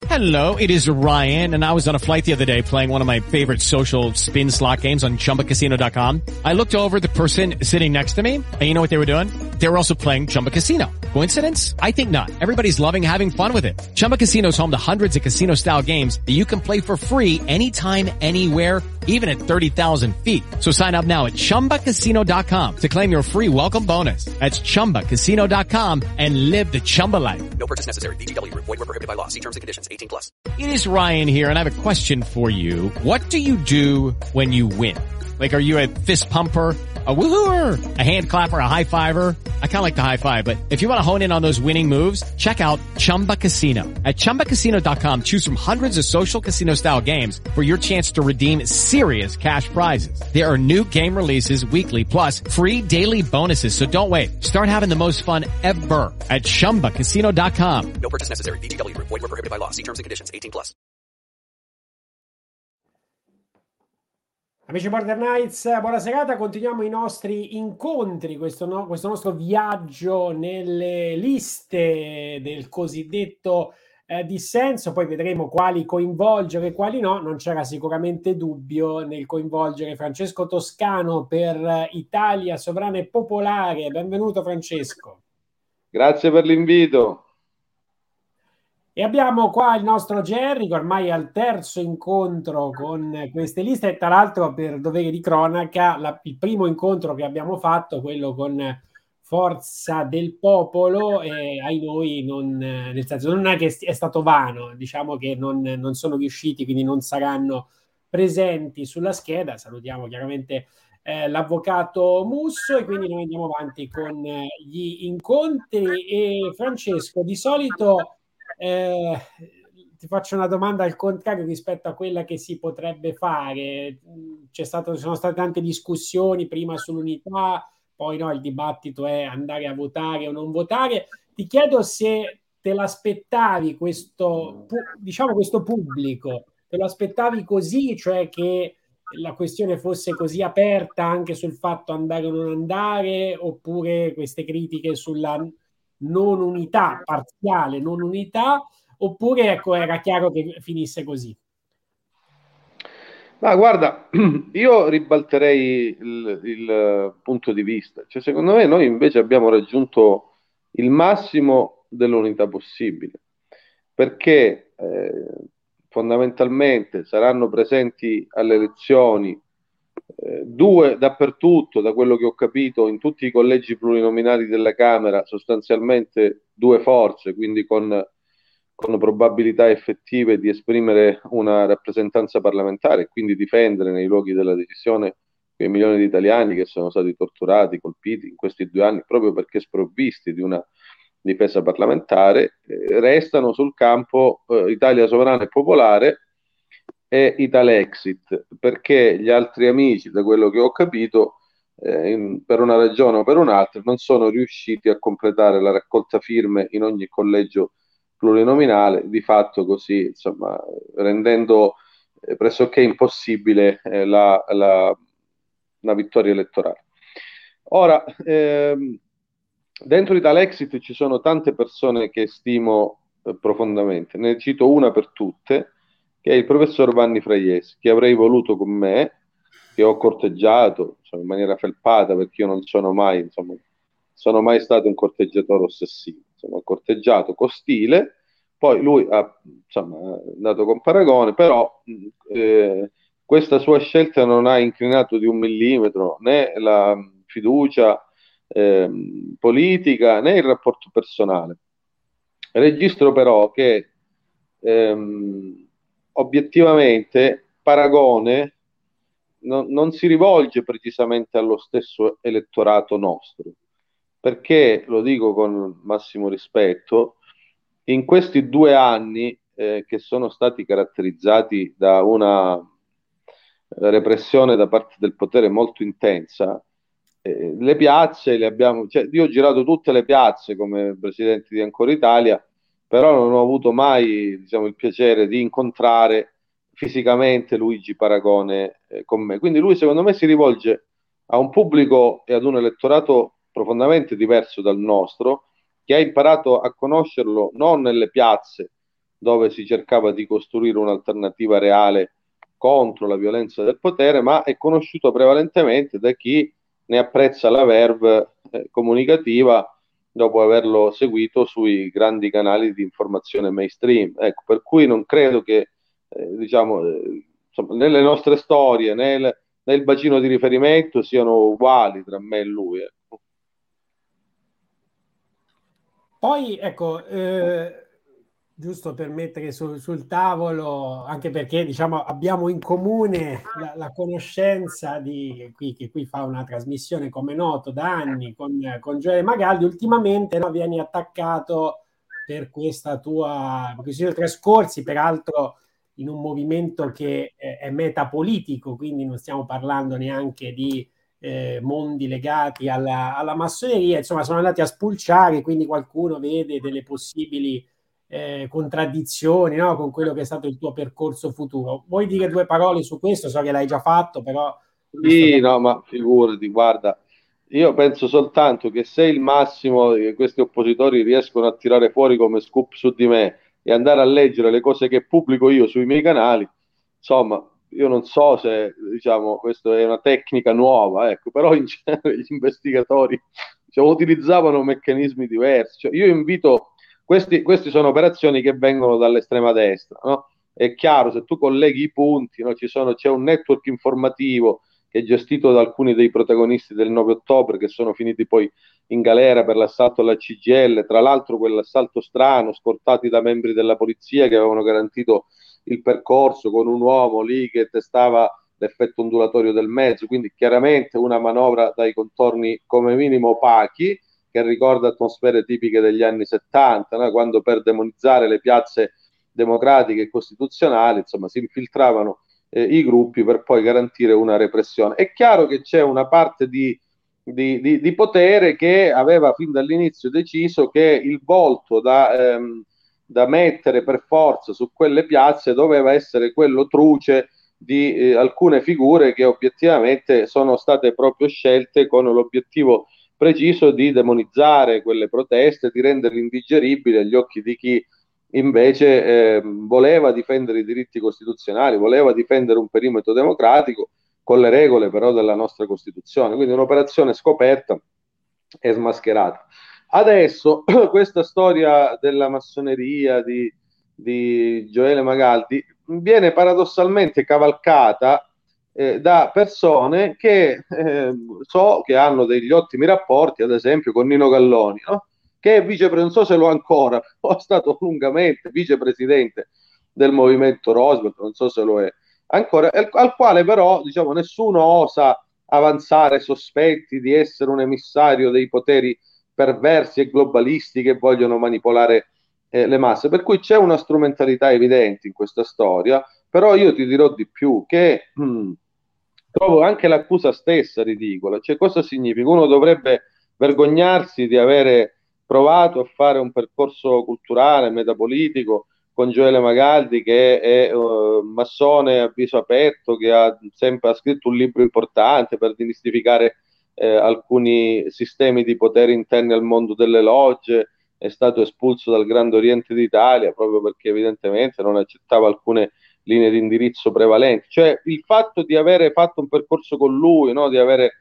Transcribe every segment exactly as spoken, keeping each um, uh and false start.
Hello, it is Ryan, and I was on a flight the other day playing one of my favorite social spin slot games on Chumba Casino dot com. I looked over at the person sitting next to me, and you know what they were doing? They were also playing Chumba Casino. Coincidence? I think not. Everybody's loving having fun with it. Chumba Casino is home to hundreds of casino-style games that you can play for free anytime, anywhere, even at thirty thousand feet. So sign up now at Chumba Casino dot com to claim your free welcome bonus. That's Chumba Casino dot com and live the Chumba life. No purchase necessary. V G W. Void where prohibited by law. See terms and conditions. eighteen plus. It is Ryan here, and I have a question for you. What do you do when you win? Like, are you a fist pumper, a woohooer, a hand clapper, a high fiver? I kind of like the high five, but if you want to hone in on those winning moves, check out Chumba Casino. At Chumba Casino dot com, choose from hundreds of social casino-style games for your chance to redeem serious cash prizes. There are new game releases weekly, plus free daily bonuses, so don't wait. Start having the most fun ever at Chumba Casino dot com. No purchase necessary. V G W. Void where prohibited by law. See terms and conditions. eighteen plus. Amici Border Knights, buona serata. Continuiamo i nostri incontri, questo, no, questo nostro viaggio nelle liste del cosiddetto eh, dissenso. Poi vedremo quali coinvolgere e quali no. Non c'era sicuramente dubbio nel coinvolgere Francesco Toscano per Italia Sovrana e Popolare. Benvenuto Francesco. Grazie per l'invito. E abbiamo qua il nostro Gerry, che ormai è al terzo incontro con queste liste, e tra l'altro, per dovere di cronaca, la, il primo incontro che abbiamo fatto, quello con Forza del Popolo, e ai noi non, nel senso, non è che è stato vano, diciamo che non, non sono riusciti, quindi non saranno presenti sulla scheda. Salutiamo chiaramente eh, l'avvocato Musso, e quindi noi andiamo avanti con eh, gli incontri. E Francesco, di solito Eh, ti faccio una domanda al contrario rispetto a quella che si potrebbe fare. C'è stato, ci sono state tante discussioni prima sull'unità, poi no, il dibattito è andare a votare o non votare. Ti chiedo se te l'aspettavi questo, diciamo, questo pubblico, te lo aspettavi così, cioè che la questione fosse così aperta anche sul fatto andare o non andare, oppure queste critiche sulla non unità, parziale non unità, oppure ecco, era chiaro che finisse così? Ma guarda, io ribalterei il, il punto di vista. Cioè, secondo me noi invece abbiamo raggiunto il massimo dell'unità possibile, perché eh, fondamentalmente saranno presenti alle elezioni Eh, due dappertutto, da quello che ho capito, in tutti i collegi plurinominali della Camera, sostanzialmente due forze, quindi con, con probabilità effettive di esprimere una rappresentanza parlamentare e quindi difendere nei luoghi della decisione quei milioni di italiani che sono stati torturati, colpiti in questi due anni proprio perché sprovvisti di una difesa parlamentare. Eh, restano sul campo eh, Italia Sovrana e Popolare e Italexit, perché gli altri amici, da quello che ho capito, eh, in, per una ragione o per un'altra, non sono riusciti a completare la raccolta firme in ogni collegio plurinominale, di fatto così, insomma, rendendo eh, pressoché impossibile eh, la, la, la vittoria elettorale. Ora, ehm, dentro Italexit ci sono tante persone che stimo eh, profondamente, ne cito una per tutte, che è il professor Vanni Fraiesi, che avrei voluto con me, che ho corteggiato, insomma, in maniera felpata, perché io non sono mai, insomma, sono mai stato un corteggiatore ossessivo, insomma, ho corteggiato con stile, poi lui ha, insomma, dato con paragone, però eh, questa sua scelta non ha inclinato di un millimetro né la fiducia eh, politica né il rapporto personale. Registro però che ehm, obiettivamente Paragone no, non si rivolge precisamente allo stesso elettorato nostro, perché, lo dico con massimo rispetto, in questi due anni eh, che sono stati caratterizzati da una repressione da parte del potere molto intensa, eh, le piazze le abbiamo, cioè, io ho girato tutte le piazze come presidente di Ancora Italia, però non ho avuto mai, diciamo, il piacere di incontrare fisicamente Luigi Paragone eh, con me. Quindi lui, secondo me, si rivolge a un pubblico e ad un elettorato profondamente diverso dal nostro, che ha imparato a conoscerlo non nelle piazze dove si cercava di costruire un'alternativa reale contro la violenza del potere, ma è conosciuto prevalentemente da chi ne apprezza la verve eh, comunicativa dopo averlo seguito sui grandi canali di informazione mainstream. Ecco, per cui non credo che eh, diciamo, eh, insomma, nelle nostre storie, nel, nel bacino di riferimento siano uguali tra me e lui. Ecco. Poi, ecco, eh, giusto per mettere su- sul tavolo, anche perché diciamo abbiamo in comune la, la conoscenza di qui, che qui fa una trasmissione, come noto, da anni con, con Gioele Magaldi. Ultimamente, no, vieni attaccato per questa tua, per questi tuoi trascorsi, peraltro in un movimento che eh, è metapolitico, quindi non stiamo parlando neanche di eh, mondi legati alla, alla massoneria. Insomma, sono andati a spulciare, quindi qualcuno vede delle possibili eh, contraddizioni, no, con quello che è stato il tuo percorso futuro. Vuoi dire due parole su questo? So che l'hai già fatto, però visto Sì, che... no, ma figurati, guarda, io penso soltanto che se il massimo che questi oppositori riescono a tirare fuori come scoop su di me e andare a leggere le cose che pubblico io sui miei canali, insomma, io non so se, diciamo, questa è una tecnica nuova, ecco, però in genere gli investigatori, diciamo, utilizzavano meccanismi diversi. Cioè, io invito, questi, queste sono operazioni che vengono dall'estrema destra, no? È chiaro, se tu colleghi i punti, no? Ci sono, c'è un network informativo che è gestito da alcuni dei protagonisti del nove ottobre che sono finiti poi in galera per l'assalto alla C G I L, tra l'altro quell'assalto strano, scortati da membri della polizia che avevano garantito il percorso con un uomo lì che testava l'effetto ondulatorio del mezzo, quindi chiaramente una manovra dai contorni come minimo opachi, che ricorda atmosfere tipiche degli anni settanta, no? Quando per demonizzare le piazze democratiche e costituzionali, insomma, si infiltravano eh, i gruppi per poi garantire una repressione. È chiaro che c'è una parte di, di, di, di potere che aveva fin dall'inizio deciso che il volto da, ehm, da mettere per forza su quelle piazze doveva essere quello truce di eh, alcune figure che obiettivamente sono state proprio scelte con l'obiettivo preciso di demonizzare quelle proteste, di renderle indigeribili agli occhi di chi invece eh, voleva difendere i diritti costituzionali, voleva difendere un perimetro democratico con le regole però della nostra Costituzione. Quindi un'operazione scoperta e smascherata. Adesso questa storia della massoneria di, di Gioele Magaldi viene paradossalmente cavalcata eh, da persone che eh, so che hanno degli ottimi rapporti, ad esempio con Nino Galloni, no? Che è vicepresidente, non so se lo è ancora, però è stato lungamente vicepresidente del movimento Roosevelt, non so se lo è ancora, al quale però diciamo, nessuno osa avanzare sospetti di essere un emissario dei poteri perversi e globalisti che vogliono manipolare eh, le masse. Per cui c'è una strumentalità evidente in questa storia, però io ti dirò di più, che mh, trovo anche l'accusa stessa ridicola. Cioè, cosa significa? Uno dovrebbe vergognarsi di avere provato a fare un percorso culturale, metapolitico con Gioele Magaldi, che è uh, massone a viso aperto, che ha sempre ha scritto un libro importante per dimistificare eh, alcuni sistemi di potere interni al mondo delle logge, è stato espulso dal Grande Oriente d'Italia proprio perché evidentemente non accettava alcune linee di indirizzo prevalenti. Cioè il fatto di avere fatto un percorso con lui, no? Di avere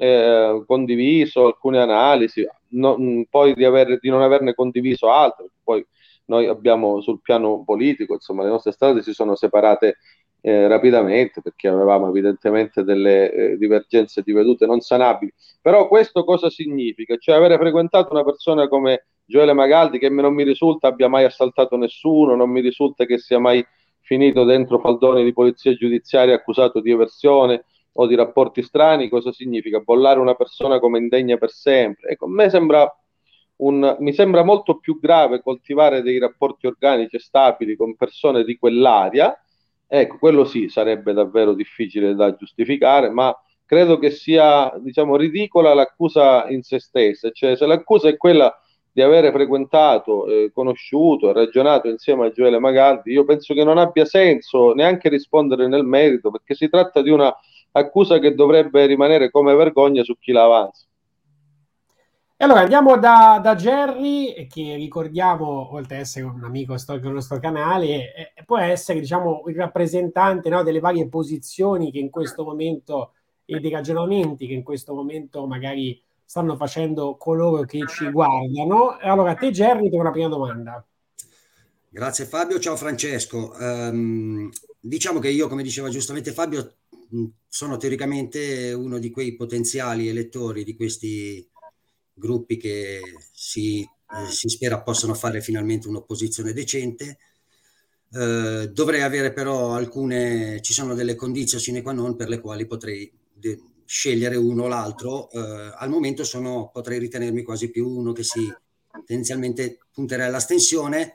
eh, condiviso alcune analisi, no, poi di, aver, di non averne condiviso altre, poi noi abbiamo sul piano politico, insomma, le nostre strade si sono separate eh, rapidamente perché avevamo evidentemente delle eh, divergenze di vedute non sanabili. Però questo cosa significa? Cioè avere frequentato una persona come Gioele Magaldi, che non mi risulta abbia mai assaltato nessuno, non mi risulta che sia mai finito dentro faldoni di polizia giudiziaria accusato di eversione o di rapporti strani, cosa significa? Bollare una persona come indegna per sempre. Ecco, a me sembra un, mi sembra molto più grave coltivare dei rapporti organici e stabili con persone di quell'area. Ecco, quello sì sarebbe davvero difficile da giustificare, ma credo che sia, diciamo, ridicola l'accusa in se stessa. Cioè, se l'accusa è quella di avere frequentato, eh, conosciuto e ragionato insieme a Gioele Magaldi, io penso che non abbia senso neanche rispondere nel merito, perché si tratta di una accusa che dovrebbe rimanere come vergogna su chi la avanza. E allora andiamo da, da Gerry, che ricordiamo, oltre ad essere un amico storico del nostro canale, eh, può essere, diciamo, il rappresentante, no, delle varie posizioni che in questo momento e dei ragionamenti che in questo momento magari stanno facendo coloro che ci guardano. Allora, a te Gerry, ti ho una prima domanda. Grazie Fabio, ciao Francesco. Um, diciamo che io, come diceva giustamente Fabio, sono teoricamente uno di quei potenziali elettori di questi gruppi che si, eh, si spera possano fare finalmente un'opposizione decente. Eh, dovrei avere però alcune, ci sono delle condizioni sine qua non per le quali potrei de- scegliere uno o l'altro. Eh, al momento sono, potrei ritenermi quasi più uno che si tendenzialmente punterà all'astensione,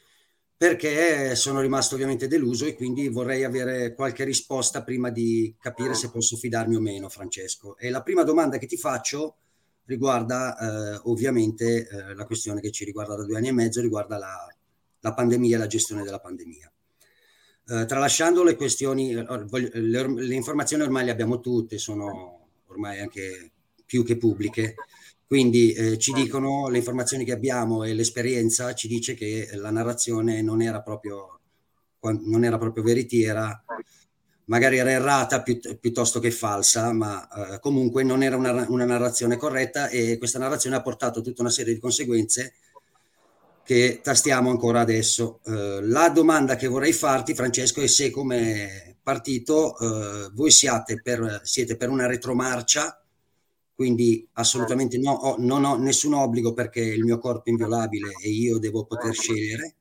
perché sono rimasto ovviamente deluso e quindi vorrei avere qualche risposta prima di capire se posso fidarmi o meno, Francesco. E la prima domanda che ti faccio riguarda eh, ovviamente eh, la questione che ci riguarda da due anni e mezzo, riguarda la, la pandemia e la gestione della pandemia. Eh, tralasciando le questioni, le, le informazioni ormai le abbiamo tutte, sono ormai anche più che pubbliche. Quindi eh, ci dicono, le informazioni che abbiamo e l'esperienza ci dice che la narrazione non era proprio, non era proprio veritiera, magari era errata pi- piuttosto che falsa, ma eh, comunque non era una, una narrazione corretta, e questa narrazione ha portato tutta una serie di conseguenze che tastiamo ancora adesso. Eh, la domanda che vorrei farti, Francesco, è se come partito eh, voi siate per, siete per una retromarcia, quindi assolutamente no, ho, non ho nessun obbligo perché il mio corpo è inviolabile e io devo poter scegliere,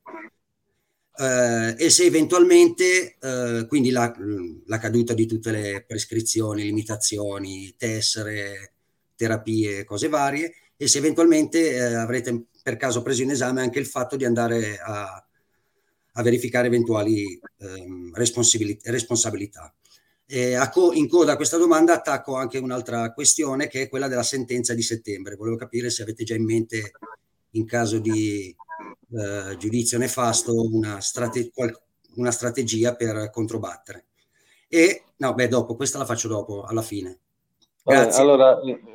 eh, e se eventualmente eh, quindi la, la caduta di tutte le prescrizioni, limitazioni, tessere, terapie, cose varie, e se eventualmente eh, avrete per caso preso in esame anche il fatto di andare a, a verificare eventuali eh, responsabilità. E in coda a questa domanda attacco anche un'altra questione, che è quella della sentenza di settembre. Volevo capire se avete già in mente, in caso di eh, giudizio nefasto, una, strate- una strategia per controbattere. E no, beh, dopo, questa la faccio dopo, alla fine. Grazie. Allora,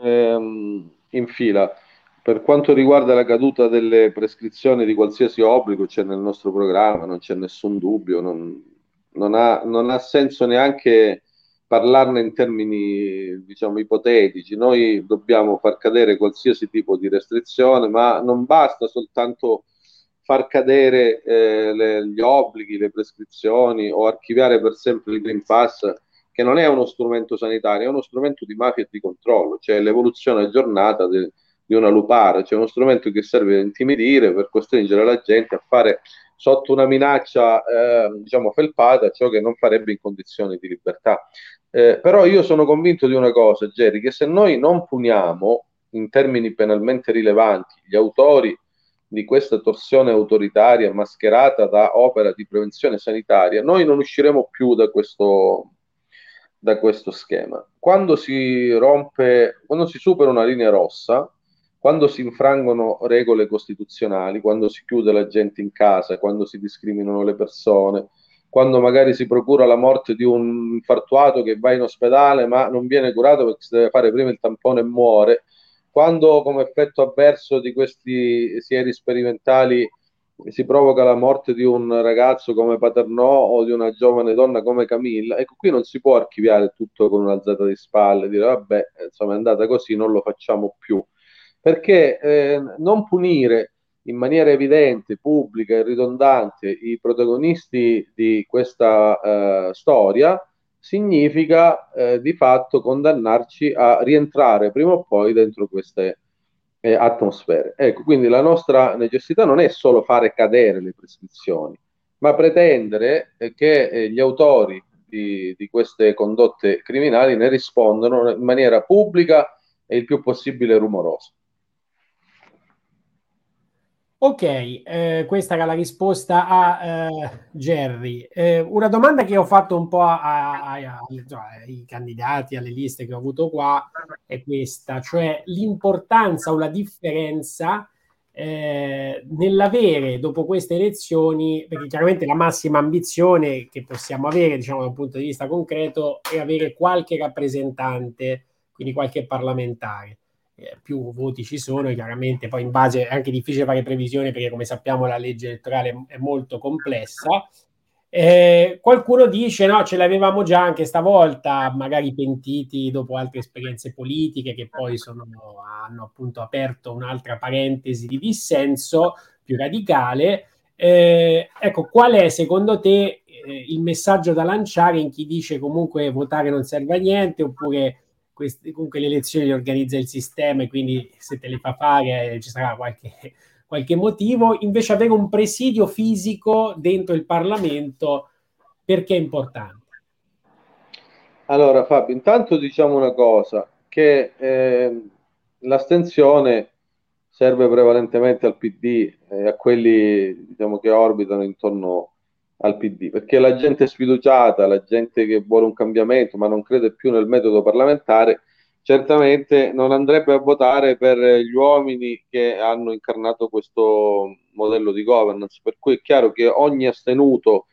ehm, in fila, per quanto riguarda la caduta delle prescrizioni di qualsiasi obbligo, c'è nel nostro programma, non c'è nessun dubbio, non, non ha, non ha senso neanche parlarne in termini, diciamo, ipotetici. Noi dobbiamo far cadere qualsiasi tipo di restrizione, ma non basta soltanto far cadere eh, le, gli obblighi, le prescrizioni o archiviare per sempre il Green Pass, che non è uno strumento sanitario, è uno strumento di mafia e di controllo, cioè l'evoluzione aggiornata de, di una lupara, cioè uno strumento che serve a intimidire, per costringere la gente a fare sotto una minaccia eh, diciamo felpata ciò che non farebbe in condizioni di libertà. Eh, però io sono convinto di una cosa, Gerry, che se noi non puniamo in termini penalmente rilevanti gli autori di questa torsione autoritaria mascherata da opera di prevenzione sanitaria, noi non usciremo più da questo, da questo schema. Quando si rompe, quando si supera una linea rossa, quando si infrangono regole costituzionali, quando si chiude la gente in casa, quando si discriminano le persone, quando magari si procura la morte di un infartuato che va in ospedale ma non viene curato perché si deve fare prima il tampone e muore, quando come effetto avverso di questi sieri sperimentali si provoca la morte di un ragazzo come Paternò o di una giovane donna come Camilla, ecco, qui non si può archiviare tutto con un'alzata di spalle e dire vabbè, insomma è andata così, non lo facciamo più, perché eh, non punire in maniera evidente, pubblica e ridondante i protagonisti di questa eh, storia significa eh, di fatto condannarci a rientrare prima o poi dentro queste eh, atmosfere. Ecco, quindi la nostra necessità non è solo fare cadere le prescrizioni, ma pretendere eh, che eh, gli autori di, di queste condotte criminali ne rispondano in maniera pubblica e il più possibile rumorosa. Ok, eh, questa era la risposta a eh, Gerry. Eh, una domanda che ho fatto un po' a, a, a, ai candidati, alle liste che ho avuto qua, è questa, cioè l'importanza o la differenza eh, nell'avere dopo queste elezioni, perché chiaramente la massima ambizione che possiamo avere, diciamo da un punto di vista concreto, è avere qualche rappresentante, quindi qualche parlamentare. eh, più voti ci sono, chiaramente poi in base è anche difficile fare previsioni perché come sappiamo la legge elettorale è molto complessa. Eh, qualcuno dice no, ce l'avevamo già anche stavolta, magari pentiti dopo altre esperienze politiche che poi sono, hanno appunto aperto un'altra parentesi di dissenso più radicale. Eh, ecco, qual è secondo te eh, il messaggio da lanciare in chi dice comunque votare non serve a niente, oppure queste, comunque le elezioni le organizza il sistema e quindi se te le fa fare eh, ci sarà qualche qualche motivo, invece avere un presidio fisico dentro il Parlamento perché è importante? Allora Fabio, intanto diciamo una cosa, che eh, l'astensione serve prevalentemente al P D e a quelli diciamo, che orbitano intorno al P D, perché la gente sfiduciata, la gente che vuole un cambiamento ma non crede più nel metodo parlamentare, certamente non andrebbe a votare per gli uomini che hanno incarnato questo modello di governance, per cui è chiaro che ogni astenuto,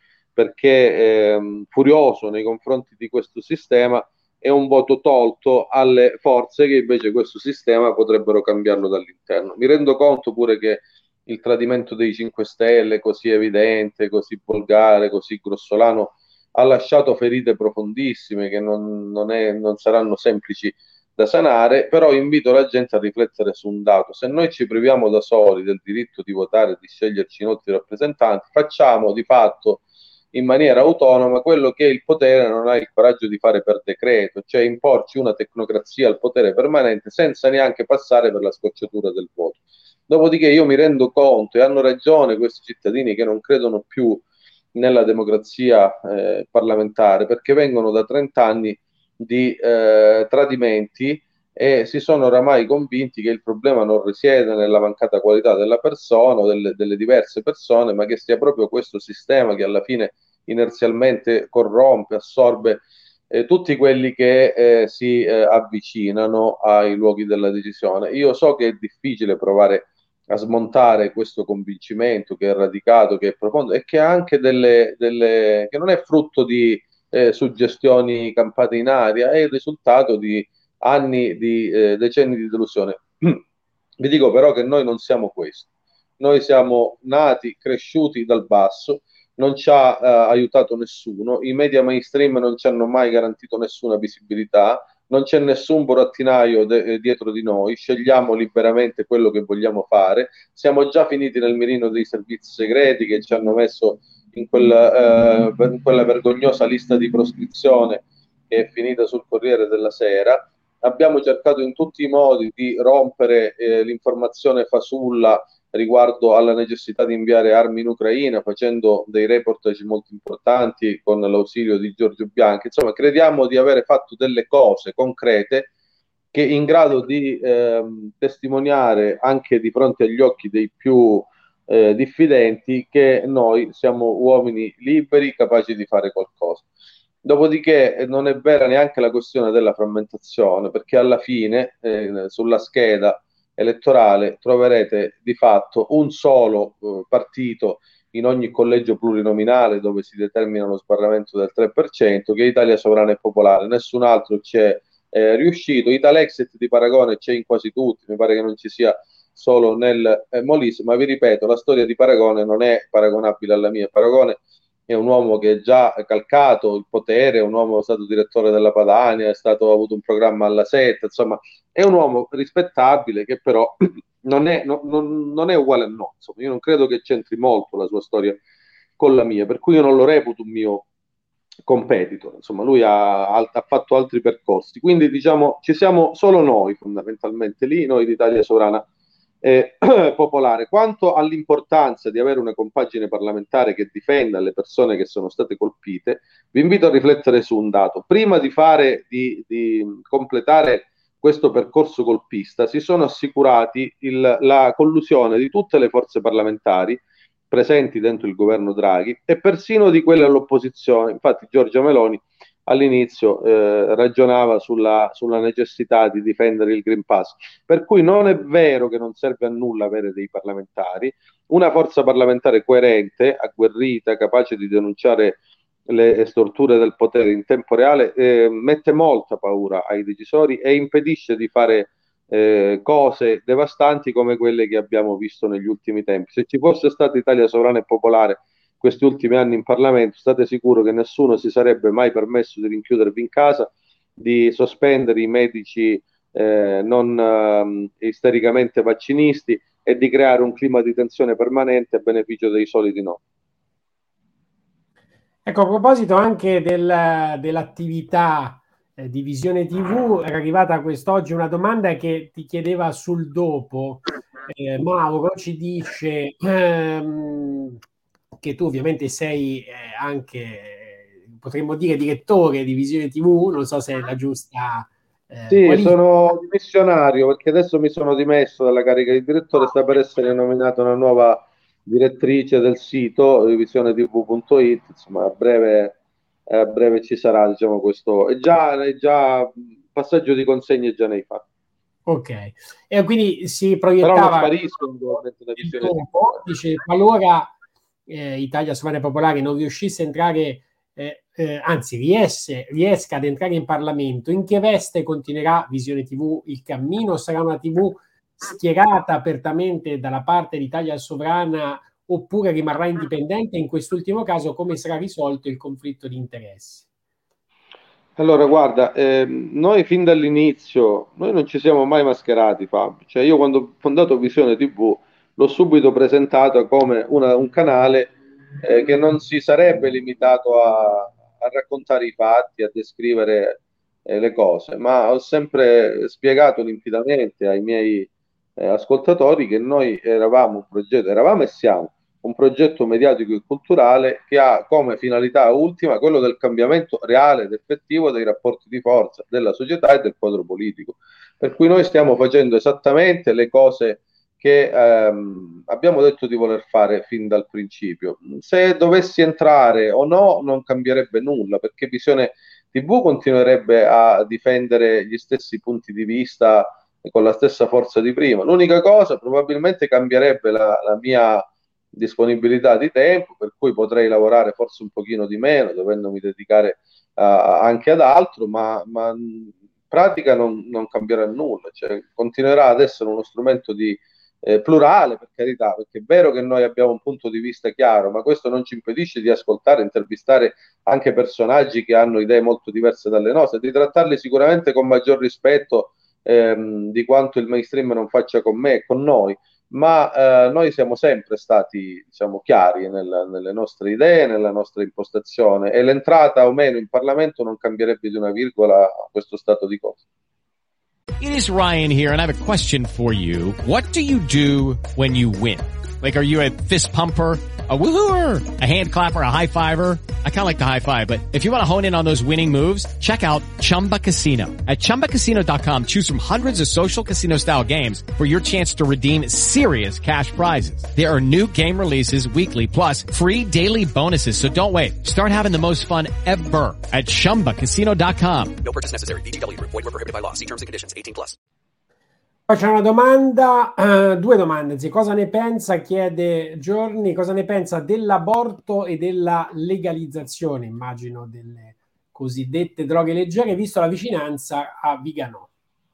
perché ehm, furioso nei confronti di questo sistema, è un voto tolto alle forze che invece questo sistema potrebbero cambiarlo dall'interno. Mi rendo conto pure che il tradimento dei cinque Stelle, così evidente, così volgare, così grossolano, ha lasciato ferite profondissime che non, non, è, non saranno semplici da sanare, però invito la gente a riflettere su un dato: se noi ci priviamo da soli del diritto di votare e di sceglierci i nostri rappresentanti, facciamo di fatto in maniera autonoma quello che il potere non ha il coraggio di fare per decreto, cioè imporci una tecnocrazia al potere permanente senza neanche passare per la scocciatura del voto. Dopodiché io mi rendo conto, e hanno ragione questi cittadini che non credono più nella democrazia eh, parlamentare, perché vengono da trenta anni di eh, tradimenti e si sono oramai convinti che il problema non risiede nella mancata qualità della persona o delle, delle diverse persone, ma che sia proprio questo sistema che alla fine inerzialmente corrompe, assorbe eh, tutti quelli che eh, si eh, avvicinano ai luoghi della decisione. Io so che è difficile provare a smontare questo convincimento che è radicato, che è profondo e che ha anche delle, delle che non è frutto di eh, suggestioni campate in aria, è il risultato di anni, di eh, decenni di delusione. Vi dico però che noi non siamo questo. Noi siamo nati, cresciuti dal basso, non ci ha eh, aiutato nessuno, i media mainstream non ci hanno mai garantito nessuna visibilità, non c'è nessun burattinaio de- dietro di noi, scegliamo liberamente quello che vogliamo fare, siamo già finiti nel mirino dei servizi segreti che ci hanno messo in quella, eh, in quella vergognosa lista di proscrizione che è finita sul Corriere della Sera. Abbiamo cercato in tutti i modi di rompere eh, l'informazione fasulla riguardo alla necessità di inviare armi in Ucraina, facendo dei reportage molto importanti con l'ausilio di Giorgio Bianchi. Insomma, crediamo di avere fatto delle cose concrete che in grado di eh, testimoniare anche di fronte agli occhi dei più eh, diffidenti che noi siamo uomini liberi, capaci di fare qualcosa. Dopodiché non è vera neanche la questione della frammentazione, perché alla fine eh, sulla scheda elettorale troverete di fatto un solo eh, partito in ogni collegio plurinominale dove si determina lo sbarramento del tre per cento, che è Italia Sovrana e Popolare. Nessun altro c'è eh, riuscito. Italexit di paragone c'è in quasi tutti, mi pare che non ci sia solo nel eh, Molise, ma vi ripeto, la storia di Paragone non è paragonabile alla mia. Paragone è un uomo che ha già calcato il potere, è un uomo che è stato direttore della Padania, è stato, ha avuto un programma alla sette, insomma è un uomo rispettabile che però non è, no, non, non è uguale a noi. Insomma, io non credo che c'entri molto la sua storia con la mia, per cui io non lo reputo un mio competitor. Insomma, lui ha, ha fatto altri percorsi, quindi diciamo ci siamo solo noi fondamentalmente lì, noi d'Italia Sovrana Eh, popolare. Quanto all'importanza di avere una compagine parlamentare che difenda le persone che sono state colpite, vi invito a riflettere su un dato. Prima di fare, di, di completare questo percorso colpista, si sono assicurati il, la collusione di tutte le forze parlamentari presenti dentro il governo Draghi e persino di quelle all'opposizione. Infatti Giorgia Meloni all'inizio eh, ragionava sulla, sulla necessità di difendere il Green Pass, per cui non è vero che non serve a nulla avere dei parlamentari. Una forza parlamentare coerente, agguerrita, capace di denunciare le storture del potere in tempo reale eh, mette molta paura ai decisori e impedisce di fare eh, cose devastanti come quelle che abbiamo visto negli ultimi tempi. Se ci fosse stata Italia Sovrana e Popolare questi ultimi anni in Parlamento, state sicuro che nessuno si sarebbe mai permesso di rinchiudervi in casa, di sospendere i medici eh, non eh, istericamente vaccinisti e di creare un clima di tensione permanente a beneficio dei soliti no. Ecco, a proposito anche del, dell'attività eh, di Visione T V, era arrivata quest'oggi una domanda che ti chiedeva sul dopo. Eh, Mauro ci dice ehm, che tu ovviamente sei eh, anche, eh, potremmo dire, direttore di Visione T V, non so se è la giusta eh, Sì, qualifica. sono dimissionario perché adesso mi sono dimesso dalla carica di direttore, sta per essere nominata una nuova direttrice del sito visione t v punto it, insomma a breve, a breve ci sarà, diciamo, questo, è già, è già passaggio di consegne già nei fatti. Ok, e quindi si Però non proiettava sparisco da il visione dopo, dice, qualora eh, Italia Sovrana e Popolare non riuscisse a entrare, eh, eh, anzi riesce, riesca ad entrare in Parlamento, in che veste continuerà Visione T V il cammino? Sarà una T V schierata apertamente dalla parte d'Italia Sovrana oppure rimarrà indipendente? In quest'ultimo caso come sarà risolto il conflitto di interessi? Allora, guarda, ehm, noi fin dall'inizio, noi non ci siamo mai mascherati, Fabio. Cioè, io quando ho fondato Visione T V l'ho subito presentato come una- un canale eh, che non si sarebbe limitato a, a raccontare i fatti, a descrivere eh, le cose, ma ho sempre spiegato limpidamente ai miei eh, ascoltatori che noi eravamo un progetto, eravamo e siamo un progetto mediatico e culturale che ha come finalità ultima quello del cambiamento reale ed effettivo dei rapporti di forza della società e del quadro politico. Per cui noi stiamo facendo esattamente le cose che ehm, abbiamo detto di voler fare fin dal principio. Se dovessi entrare o no, non cambierebbe nulla, perché Visione T V continuerebbe a difendere gli stessi punti di vista con la stessa forza di prima. L'unica cosa, probabilmente cambierebbe la, la mia disponibilità di tempo, per cui potrei lavorare forse un pochino di meno, dovendomi dedicare uh, anche ad altro, ma, ma in pratica non, non cambierà nulla, cioè, continuerà ad essere uno strumento di eh, plurale, per carità, perché è vero che noi abbiamo un punto di vista chiaro, ma questo non ci impedisce di ascoltare, intervistare anche personaggi che hanno idee molto diverse dalle nostre, di trattarli sicuramente con maggior rispetto ehm, di quanto il mainstream non faccia con me e con noi, ma eh, noi siamo sempre stati, diciamo, chiari nel, nelle nostre idee, nella nostra impostazione, e l'entrata o meno in Parlamento non cambierebbe di una virgola questo stato di cose. It is Ryan here, and I have a question for you. What do you do when you win? Like, are you a fist pumper, a woohooer, a hand clapper, a high fiver? I kind of like the high five, but if you want to hone in on those winning moves, check out Chumba Casino. At chumba casino dot com, choose from hundreds of social casino style games for your chance to redeem serious cash prizes. There are new game releases weekly, plus free daily bonuses. So don't wait. Start having the most fun ever at chumba casino dot com. No purchase necessary. V G W. Void where prohibited by law. See terms and conditions. eighteen plus. Poi c'è una domanda, eh, due domande. Sì, cosa ne pensa, chiede Giorni, cosa ne pensa dell'aborto e della legalizzazione, immagino, delle cosiddette droghe leggere, visto la vicinanza a Viganò?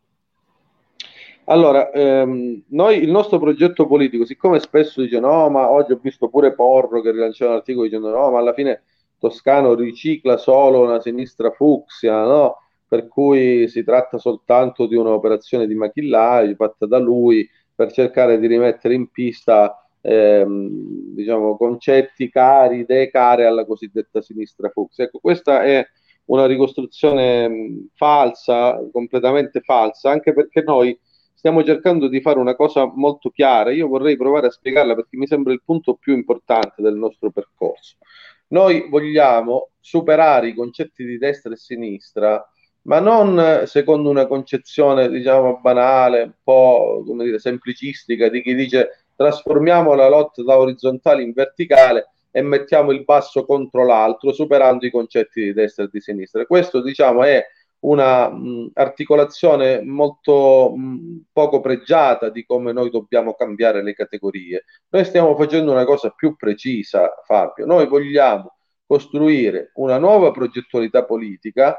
Allora, ehm, noi il nostro progetto politico, siccome spesso dice no, ma oggi ho visto pure Porro che rilanciava un articolo dicendo no, ma alla fine Toscano ricicla solo una sinistra fucsia, no? Per cui si tratta soltanto di un'operazione di machillaggio fatta da lui per cercare di rimettere in pista ehm, diciamo, concetti cari, idee care alla cosiddetta sinistra fucsia. Ecco, questa è una ricostruzione mh, falsa, completamente falsa, anche perché noi stiamo cercando di fare una cosa molto chiara. Io vorrei provare a spiegarla perché mi sembra il punto più importante del nostro percorso. Noi vogliamo superare i concetti di destra e sinistra, ma non secondo una concezione, diciamo, banale, un po', come dire, semplicistica, di chi dice trasformiamo la lotta da orizzontale in verticale e mettiamo il basso contro l'altro, superando i concetti di destra e di sinistra. Questo, diciamo, è una mh, articolazione molto mh, poco pregiata di come noi dobbiamo cambiare le categorie. Noi stiamo facendo una cosa più precisa, Fabio. Noi vogliamo costruire una nuova progettualità politica che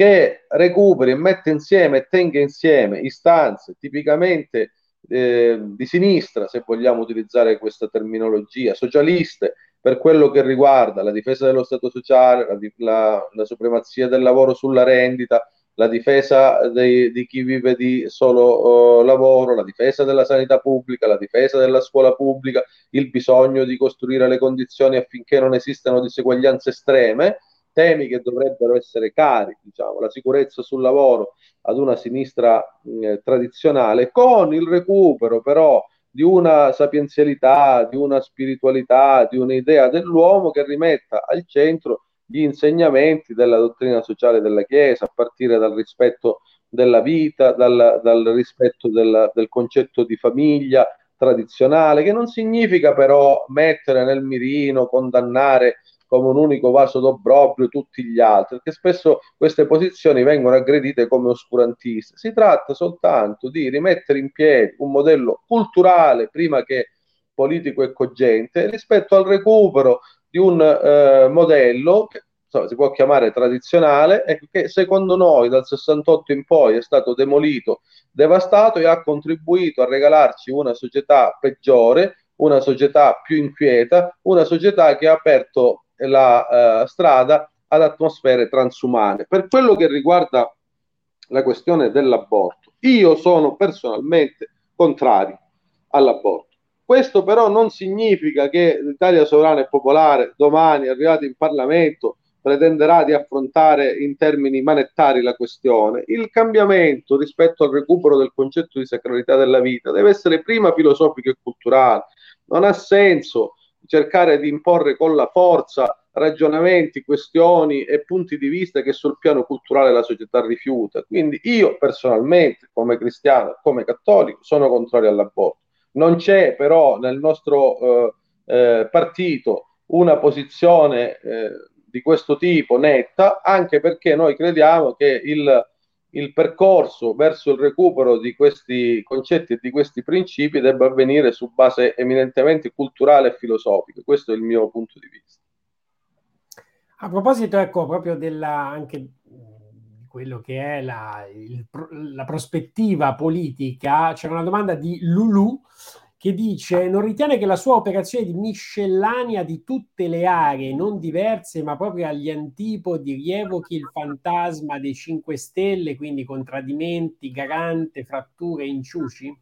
che recuperi e mette insieme e tenga insieme istanze tipicamente eh, di sinistra, se vogliamo utilizzare questa terminologia, socialiste, per quello che riguarda la difesa dello Stato sociale, la, la, la supremazia del lavoro sulla rendita, la difesa dei, di chi vive di solo uh, lavoro, la difesa della sanità pubblica, la difesa della scuola pubblica, il bisogno di costruire le condizioni affinché non esistano diseguaglianze estreme, temi che dovrebbero essere cari, diciamo, la sicurezza sul lavoro ad una sinistra eh, tradizionale, con il recupero però di una sapienzialità, di una spiritualità, di un'idea dell'uomo che rimetta al centro gli insegnamenti della dottrina sociale della Chiesa, a partire dal rispetto della vita, dal, dal rispetto del, del concetto di famiglia tradizionale, che non significa però mettere nel mirino, condannare come un unico vaso d'obbrobrio tutti gli altri, perché spesso queste posizioni vengono aggredite come oscurantiste. Si tratta soltanto di rimettere in piedi un modello culturale prima che politico e cogente rispetto al recupero di un eh, modello che insomma, si può chiamare tradizionale e che secondo noi dal sessantotto in poi è stato demolito, devastato e ha contribuito a regalarci una società peggiore, una società più inquieta, una società che ha aperto la uh, strada ad atmosfere transumane. Per quello che riguarda la questione dell'aborto, io sono personalmente contrario all'aborto. Questo però non significa che l'Italia Sovrana e Popolare domani, arrivati in Parlamento, pretenderà di affrontare in termini manettari la questione. Il cambiamento rispetto al recupero del concetto di sacralità della vita deve essere prima filosofico e culturale. Non ha senso cercare di imporre con la forza ragionamenti, questioni e punti di vista che sul piano culturale la società rifiuta. Quindi io personalmente, come cristiano, come cattolico, sono contrario all'aborto. Non c'è però nel nostro eh, eh, partito una posizione eh, di questo tipo netta, anche perché noi crediamo che il il percorso verso il recupero di questi concetti e di questi principi debba avvenire su base eminentemente culturale e filosofica. Questo è il mio punto di vista. A proposito, ecco, proprio della anche quello che è la, il, la prospettiva politica, c'era una domanda di Lulu che dice: non ritiene che la sua operazione di miscellanea di tutte le aree non diverse ma proprio agli antipodi rievochi il fantasma dei cinque Stelle, quindi con tradimenti, garante, fratture, inciuci?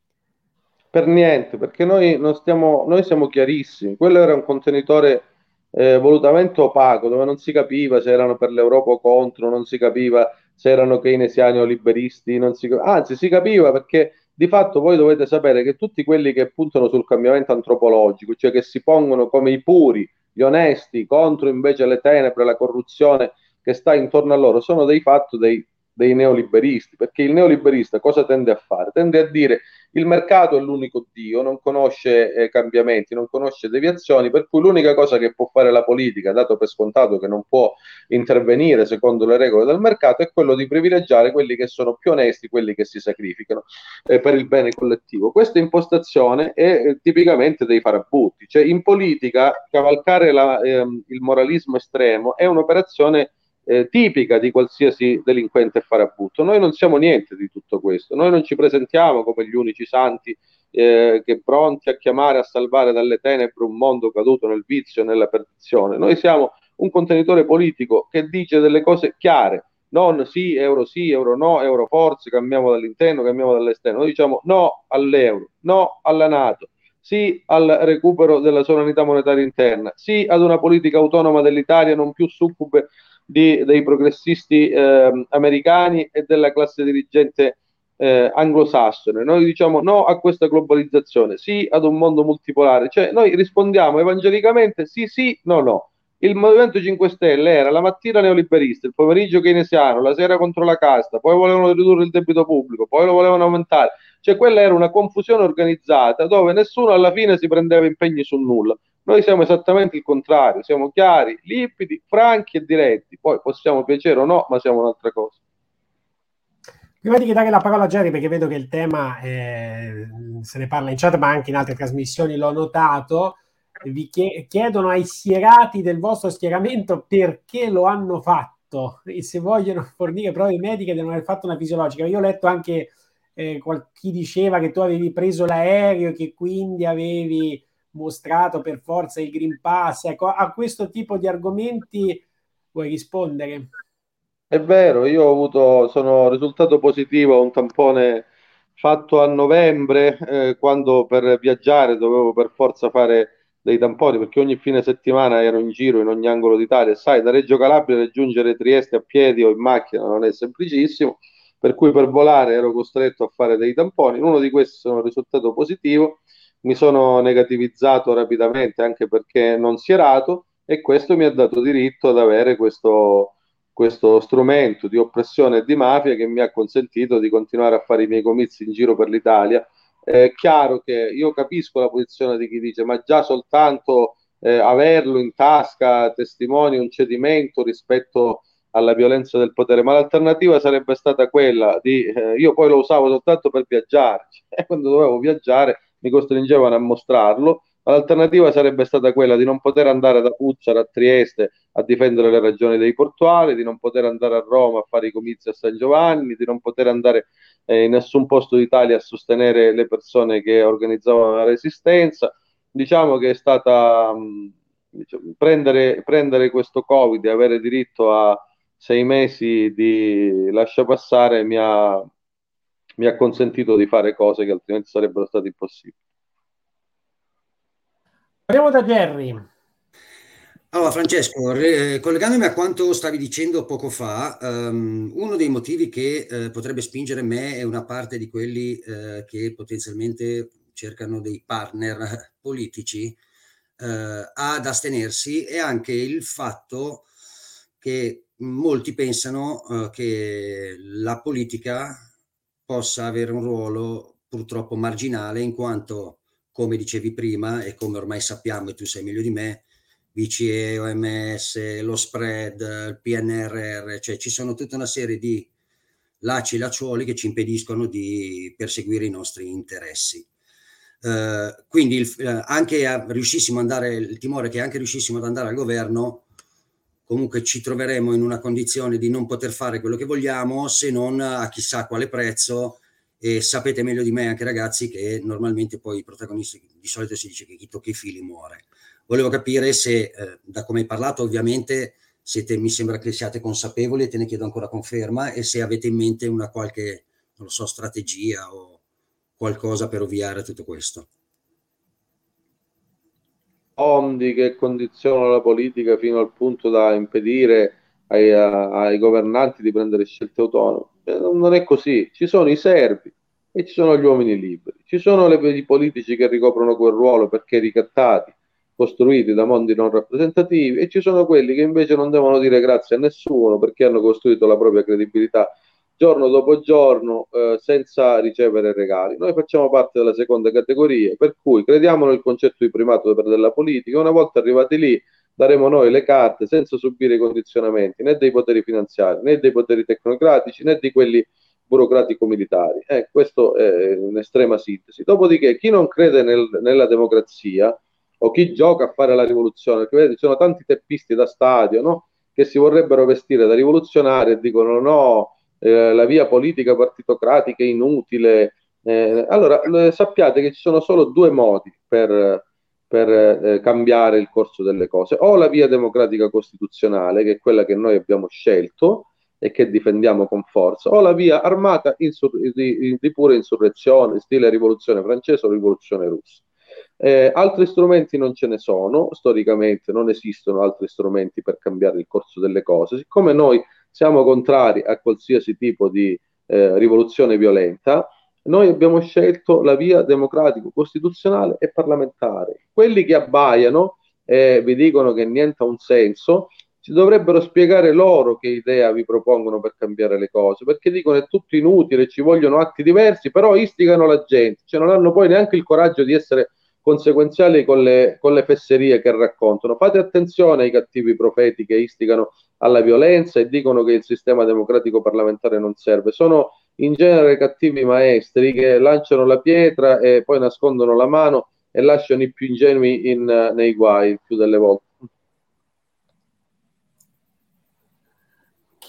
Per niente, perché noi non stiamo, noi siamo chiarissimi. Quello era un contenitore eh, volutamente opaco, dove non si capiva se erano per l'Europa o contro, non si capiva se erano keynesiani o liberisti, non si, anzi si capiva perché di fatto voi dovete sapere che tutti quelli che puntano sul cambiamento antropologico, cioè che si pongono come i puri, gli onesti, contro invece le tenebre, la corruzione che sta intorno a loro, sono dei fatto dei, dei neoliberisti, perché il neoliberista cosa tende a fare? Tende a dire il mercato è l'unico Dio, non conosce eh, cambiamenti, non conosce deviazioni, per cui l'unica cosa che può fare la politica, dato per scontato che non può intervenire secondo le regole del mercato, è quello di privilegiare quelli che sono più onesti, quelli che si sacrificano eh, per il bene collettivo. Questa impostazione è eh, tipicamente dei farabutti, cioè in politica cavalcare la, ehm, il moralismo estremo è un'operazione Eh, tipica di qualsiasi delinquente farabutto. Noi non siamo niente di tutto questo, noi non ci presentiamo come gli unici santi eh, che pronti a chiamare a salvare dalle tenebre un mondo caduto nel vizio e nella perdizione. Noi siamo un contenitore politico che dice delle cose chiare, non sì, euro sì, euro no, euro forze, cambiamo dall'interno, cambiamo dall'esterno. Noi diciamo no all'euro, no alla NATO, sì al recupero della sovranità monetaria interna, sì ad una politica autonoma dell'Italia non più succube Di, dei progressisti eh, americani e della classe dirigente eh, anglosassone. Noi diciamo no a questa globalizzazione, sì ad un mondo multipolare, cioè noi rispondiamo evangelicamente sì sì, no no. Il Movimento cinque Stelle era la mattina neoliberista, il pomeriggio keynesiano, la sera contro la casta, poi volevano ridurre il debito pubblico, poi lo volevano aumentare, cioè quella era una confusione organizzata dove nessuno alla fine si prendeva impegni su nulla. Noi siamo esattamente il contrario, siamo chiari, limpidi, franchi e diretti, poi possiamo piacere o no, ma siamo un'altra cosa. Prima di dare la parola a Jerry, perché vedo che il tema eh, se ne parla in chat, ma anche in altre trasmissioni l'ho notato, vi chiedono ai schierati del vostro schieramento perché lo hanno fatto. tutto, e se vogliono fornire prove mediche devono aver fatto una fisiologica. Io ho letto anche eh, qual- chi diceva che tu avevi preso l'aereo e che quindi avevi mostrato per forza il Green Pass. Ecco, a questo tipo di argomenti vuoi rispondere? È vero, io ho avuto, sono risultato positivo a un tampone fatto a novembre, eh, quando per viaggiare dovevo per forza fare dei tamponi, perché ogni fine settimana ero in giro in ogni angolo d'Italia. E sai, da Reggio Calabria raggiungere Trieste a piedi o in macchina non è semplicissimo, per cui per volare ero costretto a fare dei tamponi. In uno di questi sono risultato positivo, mi sono negativizzato rapidamente anche perché non sierato, e questo mi ha dato diritto ad avere questo questo strumento di oppressione e di mafia che mi ha consentito di continuare a fare i miei comizi in giro per l'Italia. È chiaro che io capisco la posizione di chi dice, ma già soltanto eh, averlo in tasca testimonia un cedimento rispetto alla violenza del potere, ma l'alternativa sarebbe stata quella di, eh, io poi lo usavo soltanto per viaggiare, e quando dovevo viaggiare mi costringevano a mostrarlo. L'alternativa sarebbe stata quella di non poter andare da Puzzara a Trieste a difendere le ragioni dei portuali, di non poter andare a Roma a fare i comizi a San Giovanni, di non poter andare eh, in nessun posto d'Italia a sostenere le persone che organizzavano la resistenza. Diciamo che è stata mh, diciamo, prendere, prendere questo Covid e avere diritto a sei mesi di lascia passare mi ha, mi ha consentito di fare cose che altrimenti sarebbero state impossibili. Parliamo da Jerry. Allora, Francesco, re- collegandomi a quanto stavi dicendo poco fa, ehm, uno dei motivi che eh, potrebbe spingere me e una parte di quelli eh, che potenzialmente cercano dei partner politici eh, ad astenersi è anche il fatto che molti pensano eh, che la politica possa avere un ruolo purtroppo marginale, in quanto, come dicevi prima e come ormai sappiamo e tu sai meglio di me, B C E, O M S, lo spread, il P N R R, cioè ci sono tutta una serie di lacci e lacciuoli che ci impediscono di perseguire i nostri interessi. Uh, quindi il, uh, anche a, riuscissimo ad andare, il timore è che anche riuscissimo ad andare al governo, comunque ci troveremo in una condizione di non poter fare quello che vogliamo, se non a chissà quale prezzo. E sapete meglio di me anche, ragazzi, che normalmente poi i protagonisti, di solito si dice che chi tocca i fili muore. Volevo capire se, eh, da come hai parlato, ovviamente siete, mi sembra che siate consapevoli, e te ne chiedo ancora conferma, e se avete in mente una qualche, non lo so, strategia o qualcosa per ovviare a tutto questo. Fondi che condizionano la politica fino al punto da impedire ai, a- ai governanti di prendere scelte autonome. Eh, Non è così. Ci sono i servi e ci sono gli uomini liberi. Ci sono le- i politici che ricoprono quel ruolo perché ricattati, costruiti da mondi non rappresentativi, e ci sono quelli che invece non devono dire grazie a nessuno perché hanno costruito la propria credibilità giorno dopo giorno, eh, senza ricevere regali. Noi facciamo parte della seconda categoria, per cui crediamo nel concetto di primato della politica. Una volta arrivati lì, daremo noi le carte senza subire i condizionamenti né dei poteri finanziari, né dei poteri tecnocratici, né di quelli burocratico-militari. Eh, questo è un'estrema sintesi. Dopodiché, chi non crede nel, nella democrazia o chi gioca a fare la rivoluzione, perché vedete, ci sono tanti teppisti da stadio, no? Che si vorrebbero vestire da rivoluzionari e dicono no, eh, la via politica partitocratica è inutile. Eh, allora, eh, sappiate che ci sono solo due modi per, per eh, cambiare il corso delle cose: o la via democratica costituzionale, che è quella che noi abbiamo scelto e che difendiamo con forza, o la via armata insur- di, di pura insurrezione, stile rivoluzione francese o rivoluzione russa. Eh, altri strumenti non ce ne sono, storicamente non esistono altri strumenti per cambiare il corso delle cose. Siccome noi siamo contrari a qualsiasi tipo di eh, rivoluzione violenta, noi abbiamo scelto la via democratico-costituzionale e parlamentare. Quelli che abbaiano e eh, vi dicono che niente ha un senso, ci dovrebbero spiegare loro che idea vi propongono per cambiare le cose, perché dicono è tutto inutile, ci vogliono atti diversi, però istigano la gente, cioè non hanno poi neanche il coraggio di essere conseguenziali con le, con le fesserie che raccontano. Fate attenzione ai cattivi profeti che istigano alla violenza e dicono che il sistema democratico parlamentare non serve. Sono in genere cattivi maestri che lanciano la pietra e poi nascondono la mano e lasciano i più ingenui in, nei guai il più delle volte.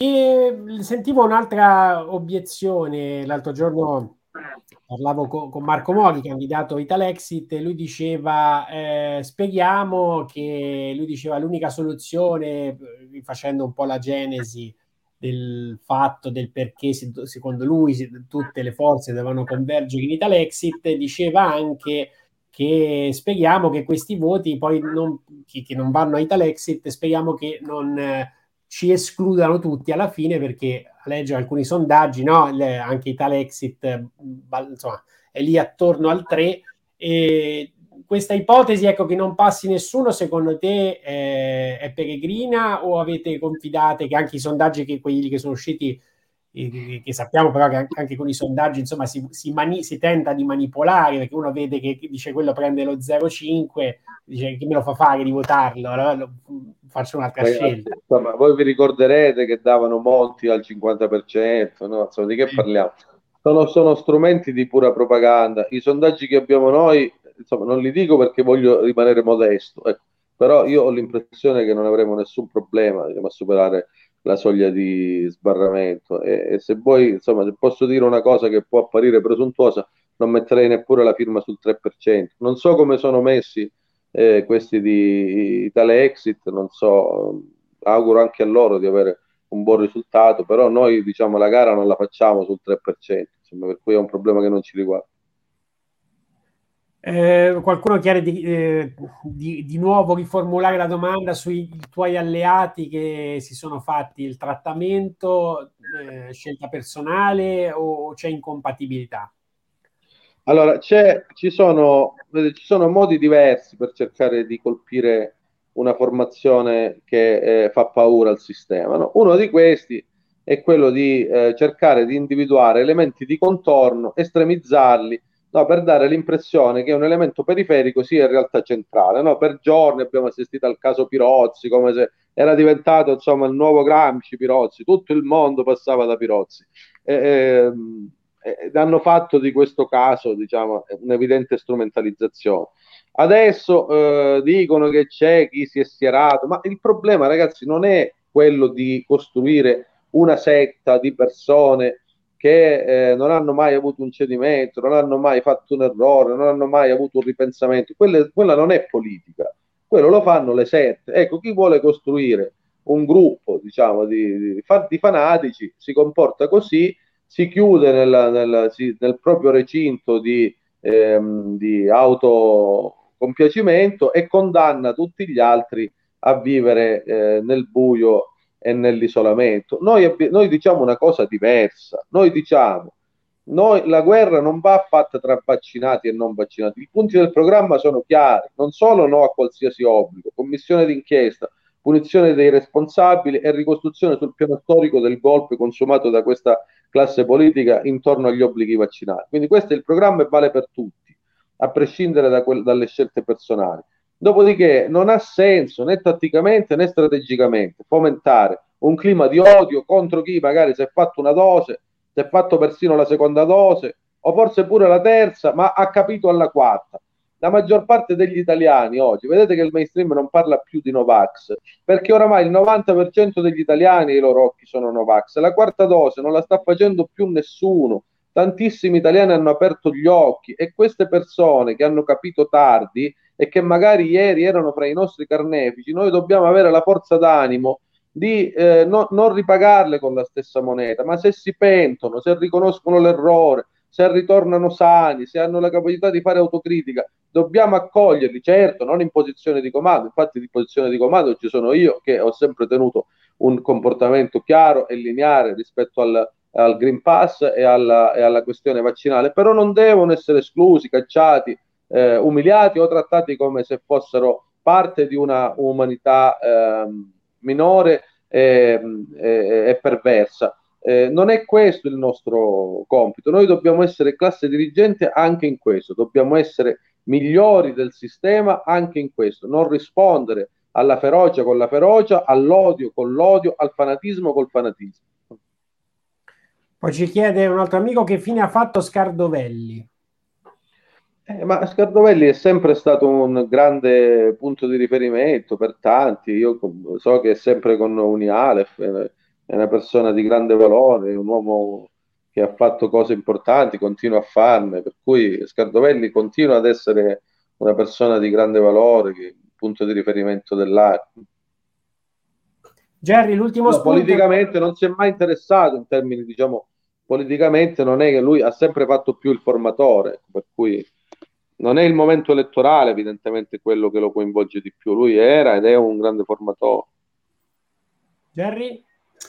E sentivo un'altra obiezione l'altro giorno, parlavo co- con Marco Mori, candidato Italexit, e lui diceva, eh, spieghiamo che lui diceva l'unica soluzione, eh, facendo un po' la genesi del fatto del perché si- secondo lui si- tutte le forze devono convergere in Italexit, diceva anche che spieghiamo che questi voti poi non, che, che non vanno a Italexit, spieghiamo che non eh, ci escludano tutti alla fine, perché a leggere alcuni sondaggi, no, le- anche Italexit eh, ba- insomma, è lì attorno al tre, e questa ipotesi, ecco, che non passi nessuno, secondo te eh, è peregrina, o avete confidate che anche i sondaggi, che quelli che sono usciti, eh, che sappiamo però che anche con i sondaggi insomma si, si, mani- si tenta di manipolare, perché uno vede che dice quello prende lo zero virgola cinque, dice chi me lo fa fare di votarlo, allora lo- faccio un'altra Ragazzi, scelta. insomma, voi vi ricorderete che davano Monti al cinquanta per cento, no? Insomma, di che Sì. parliamo? Sono, sono strumenti di pura propaganda. I sondaggi che abbiamo noi, insomma, non li dico perché voglio rimanere modesto, ecco, però io ho l'impressione che non avremo nessun problema, diciamo, a superare la soglia di sbarramento. E, e se voi, insomma, se posso dire una cosa che può apparire presuntuosa, non metterei neppure la firma sul tre per cento. Non so come sono messi eh, questi di Italia Exit, non so, auguro anche a loro di avere un buon risultato, però noi diciamo la gara non la facciamo sul tre per cento, insomma, per cui è un problema che non ci riguarda. Eh, qualcuno chiede di, eh, di, di nuovo riformulare la domanda sui tuoi alleati che si sono fatti il trattamento, eh, scelta personale, o c'è incompatibilità? Allora, c'è, ci sono, vede, ci sono modi diversi per cercare di colpire una formazione che eh, fa paura al sistema, no? Uno di questi è quello di eh, cercare di individuare elementi di contorno, estremizzarli, no, per dare l'impressione che un elemento periferico sia in realtà centrale, no? Per giorni abbiamo assistito al caso Pirozzi, come se era diventato insomma il nuovo Gramsci Pirozzi, tutto il mondo passava da Pirozzi. Eh, ehm, eh, hanno fatto di questo caso, diciamo, un'evidente strumentalizzazione. Adesso eh, dicono che c'è chi si è schierato, ma il problema, ragazzi, non è quello di costruire una setta di persone che eh, non hanno mai avuto un cedimento, non hanno mai fatto un errore, non hanno mai avuto un ripensamento. Quelle, quella non è politica, quello lo fanno le sette. Ecco, chi vuole costruire un gruppo, diciamo, di, di, di fanatici si comporta così, si chiude nella, nella, si, nel proprio recinto di, ehm, di autocompiacimento e condanna tutti gli altri a vivere eh, nel buio e nell'isolamento. Noi, noi diciamo una cosa diversa, noi diciamo noi, la guerra non va fatta tra vaccinati e non vaccinati. I punti del programma sono chiari, non solo no a qualsiasi obbligo, commissione d'inchiesta, punizione dei responsabili e ricostruzione sul piano storico del golpe consumato da questa classe politica intorno agli obblighi vaccinali. Quindi questo è il programma e vale per tutti, a prescindere da quel, dalle scelte personali. Dopodiché non ha senso né tatticamente né strategicamente fomentare un clima di odio contro chi magari si è fatto una dose, si è fatto persino la seconda dose o forse pure la terza, ma ha capito alla quarta. La maggior parte degli italiani oggi, vedete che il mainstream non parla più di Novax, perché oramai il novanta per cento degli italiani, i loro occhi sono Novax. La quarta dose non la sta facendo più nessuno. Tantissimi italiani hanno aperto gli occhi e queste persone che hanno capito tardi e che magari ieri erano fra i nostri carnefici, noi dobbiamo avere la forza d'animo di eh, no, non ripagarle con la stessa moneta, ma se si pentono, se riconoscono l'errore, se ritornano sani, se hanno la capacità di fare autocritica, dobbiamo accoglierli, certo, non in posizione di comando. Infatti di posizione di comando ci sono io, che ho sempre tenuto un comportamento chiaro e lineare rispetto al, al Green Pass e alla, e alla questione vaccinale, però non devono essere esclusi, cacciati, eh, umiliati o trattati come se fossero parte di una umanità ehm, minore e, e, e perversa. Eh, non è questo il nostro compito. Noi dobbiamo essere classe dirigente anche in questo, dobbiamo essere migliori del sistema anche in questo, non rispondere alla ferocia con la ferocia, all'odio con l'odio, al fanatismo col fanatismo. Poi ci chiede un altro amico che fine ha fatto Scardovelli. Eh, ma Scardovelli è sempre stato un grande punto di riferimento per tanti. Io so che è sempre con Unialef, eh, è una persona di grande valore, è un uomo che ha fatto cose importanti, continua a farne, per cui Scardovelli continua ad essere una persona di grande valore, che è un punto di riferimento dell'arte. Jerry, l'ultimo No, spunto. politicamente non si è mai interessato in termini, diciamo, politicamente non è che lui ha sempre fatto più il formatore, per cui non è il momento elettorale evidentemente quello che lo coinvolge di più, lui era ed è un grande formatore. Jerry?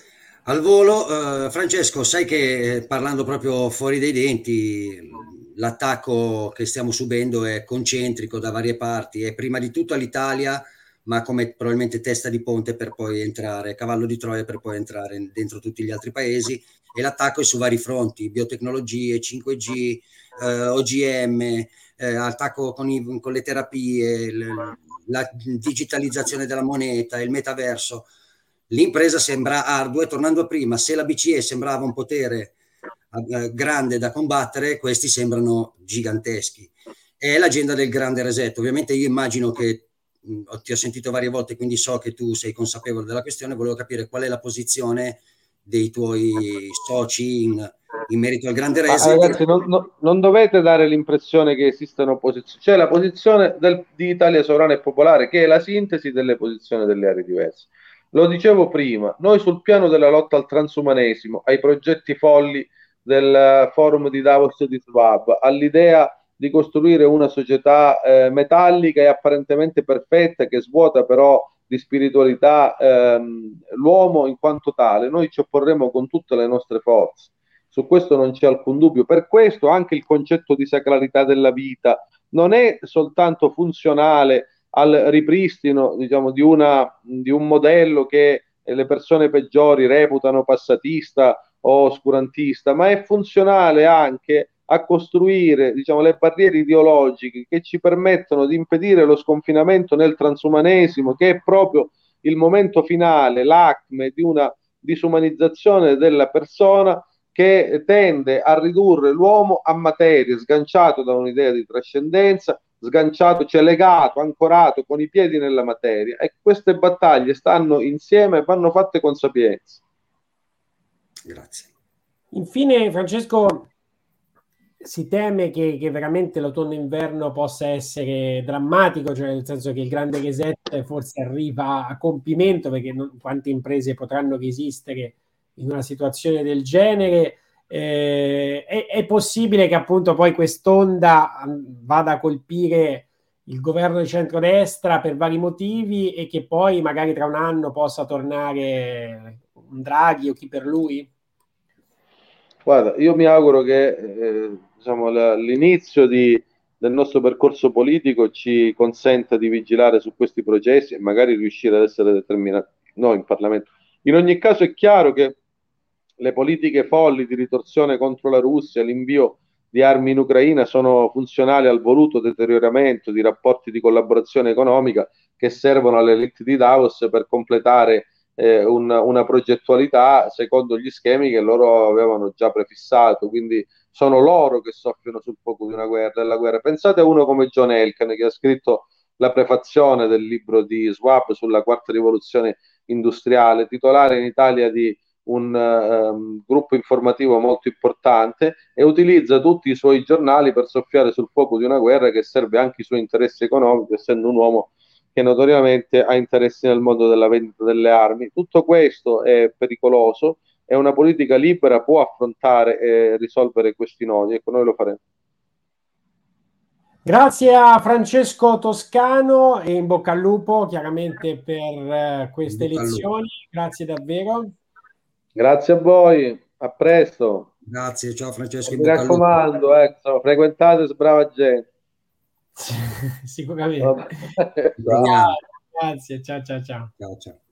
Al volo, eh, Francesco, sai che eh, parlando proprio fuori dai denti, l'attacco che stiamo subendo è concentrico da varie parti, è prima di tutto all'Italia, ma come probabilmente testa di ponte per poi entrare, cavallo di Troia per poi entrare dentro tutti gli altri paesi, e l'attacco è su vari fronti: biotecnologie, cinque G, eh, O G M, eh, attacco con, i, con le terapie, l- la digitalizzazione della moneta, il metaverso. L'impresa sembra ardua, e tornando a prima, se la B C E sembrava un potere eh, grande da combattere, questi sembrano giganteschi. È l'agenda del grande reset. Ovviamente io immagino che mh, ti ho sentito varie volte, quindi so che tu sei consapevole della questione. Volevo capire qual è la posizione dei tuoi soci in, in merito al grande Ma reset. ragazzi, non, non- non dovete dare l'impressione che esistano posizioni, c'è la posizione del- di Italia Sovrana e Popolare, che è la sintesi delle posizioni delle aree diverse. Lo dicevo prima, noi sul piano della lotta al transumanesimo, ai progetti folli del eh, forum di Davos di Schwab, all'idea di costruire una società eh, metallica e apparentemente perfetta, che svuota però di spiritualità ehm, l'uomo in quanto tale, noi ci opporremo con tutte le nostre forze. Su questo non c'è alcun dubbio. Per questo anche il concetto di sacralità della vita non è soltanto funzionale al ripristino, diciamo, di, una, di un modello che le persone peggiori reputano passatista o oscurantista, ma è funzionale anche a costruire, diciamo, le barriere ideologiche che ci permettono di impedire lo sconfinamento nel transumanesimo, che è proprio il momento finale, l'acme di una disumanizzazione della persona, che tende a ridurre l'uomo a materia, sganciato da un'idea di trascendenza, sganciato, cioè legato, ancorato con i piedi nella materia. E queste battaglie stanno insieme e vanno fatte con sapienza. Grazie. Infine, Francesco, si teme che, che veramente l'autunno inverno possa essere drammatico, cioè nel senso che il grande reset forse arriva a compimento, perché non, quante imprese potranno resistere in una situazione del genere. Eh, è, è possibile che appunto poi quest'onda vada a colpire il governo di centrodestra per vari motivi, e che poi magari tra un anno possa tornare un Draghi o chi per lui? Guarda, io mi auguro che eh, diciamo, la- l'inizio di- del nostro percorso politico ci consenta di vigilare su questi processi e magari riuscire ad essere determinati noi in Parlamento. In ogni caso è chiaro che le politiche folli di ritorsione contro la Russia, l'invio di armi in Ucraina sono funzionali al voluto deterioramento di rapporti di collaborazione economica che servono alle elite di Davos per completare eh, un, una progettualità secondo gli schemi che loro avevano già prefissato. Quindi sono loro che soffiano sul fuoco di una guerra, della guerra. Pensate a uno come John Elkann, che ha scritto la prefazione del libro di Schwab sulla quarta rivoluzione industriale, titolare in Italia di un um, gruppo informativo molto importante, e utilizza tutti i suoi giornali per soffiare sul fuoco di una guerra che serve anche i suoi interessi economici, essendo un uomo che notoriamente ha interessi nel mondo della vendita delle armi. Tutto questo è pericoloso e una politica libera può affrontare e risolvere questi nodi. Ecco, noi lo faremo. Grazie a Francesco Toscano e in bocca al lupo chiaramente per eh, queste elezioni. Grazie davvero. Grazie a voi, a presto. Grazie, ciao Francesco, E in mi bocca al lupo. raccomando, ecco, frequentate brava gente. Sicuramente. Ciao. Vediamo. Grazie, ciao ciao ciao. Ciao, ciao.